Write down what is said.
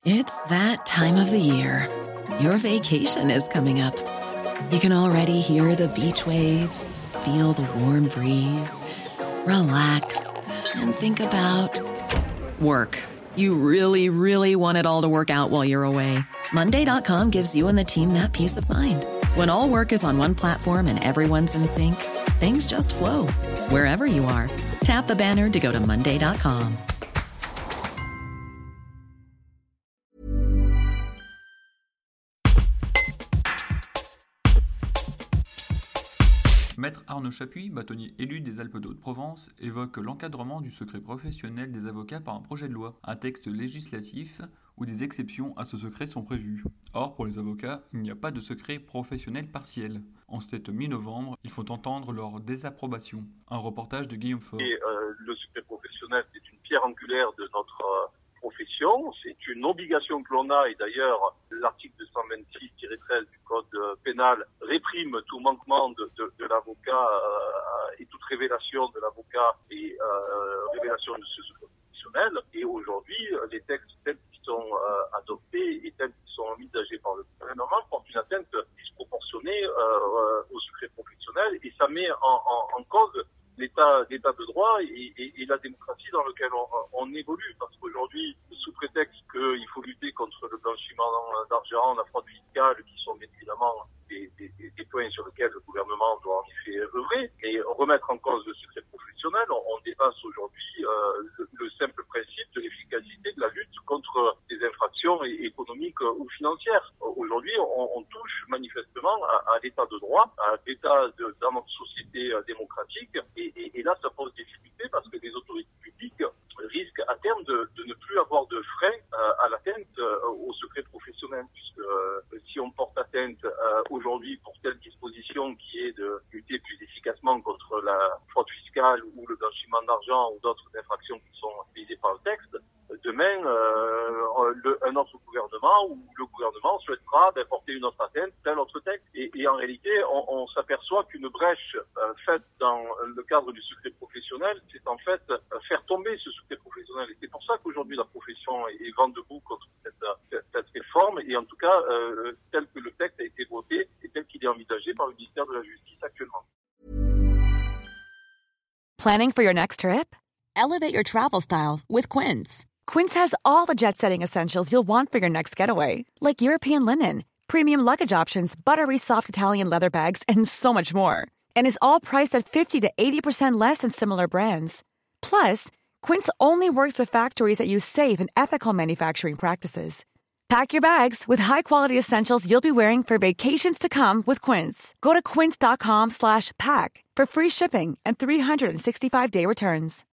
It's that time of the year. Your vacation is coming up. You can already hear the beach waves, feel the warm breeze, relax, and think about work. You really, really want it all to work out while you're away. Monday.com gives you and the team that peace of mind. When all work is on one platform and everyone's in sync, things just flow. Wherever you are, tap the banner to go to Monday.com. Maître Arnaud Chapuis, bâtonnier élu des Alpes-de-Haute-Provence, évoque l'encadrement du secret professionnel des avocats par un projet de loi, un texte législatif où des exceptions à ce secret sont prévues. Or, pour les avocats, il n'y a pas de secret professionnel partiel. En cette mi-novembre, il faut entendre leur désapprobation. Un reportage de Guillaume Faure. Le secret professionnel est une pierre angulaire de notre profession, c'est une obligation que l'on a, et d'ailleurs l'article 226-13 du code pénal réprime tout manquement de l'avocat et toute révélation de l'avocat et révélation de ce secret professionnel. Et aujourd'hui, les textes tels qu'ils sont adoptés et tels qu'ils sont envisagés par le gouvernement portent une atteinte disproportionnée au secret professionnel, et ça met en cause l'état de droit et la démocratie dans laquelle on évolue, parce qu'aujourd'hui, sous prétexte qu'il faut lutter contre le blanchiment d'argent, la fraude fiscale, qui sont bien évidemment des points sur lesquels le gouvernement doit en effet œuvrer, et remettre en cause le secret professionnel, on dépasse aujourd'hui le simple principe de l'efficacité de la lutte contre des infractions économiques ou financières. Aujourd'hui, on touche manifestement à l'état de droit, à l'état dans notre société démocratique, et là, ça pose des difficultés parce que les autorités publiques risquent à terme de ne plus avoir de frein à l'atteinte au secret professionnel, puisque si on porte atteinte aujourd'hui pour telle disposition qui est de lutter plus efficacement contre la fraude fiscale ou le blanchiment d'argent ou d'autres infractions qui sont visées par le texte, demain, un autre gouvernement ou le gouvernement souhaitera porter une autre atteinte, tel autre texte. Et en réalité, on s'aperçoit qu'une brèche faite dans le cadre du secret professionnel, c'est en fait faire tomber ce secret professionnel. Et c'est pour ça qu'aujourd'hui la profession est vent debout contre cette réforme, et en tout cas, tel que le texte a été voté et tel qu'il est envisagé par le ministère de la Justice actuellement. Planning for your next trip? Elevate your travel style with Quince. Quince has all the jet-setting essentials you'll want for your next getaway, like European linen, premium luggage options, buttery soft Italian leather bags, and so much more. And is all priced at 50 to 80% less than similar brands. Plus, Quince only works with factories that use safe and ethical manufacturing practices. Pack your bags with high-quality essentials you'll be wearing for vacations to come with Quince. Go to quince.com/pack for free shipping and 365-day returns.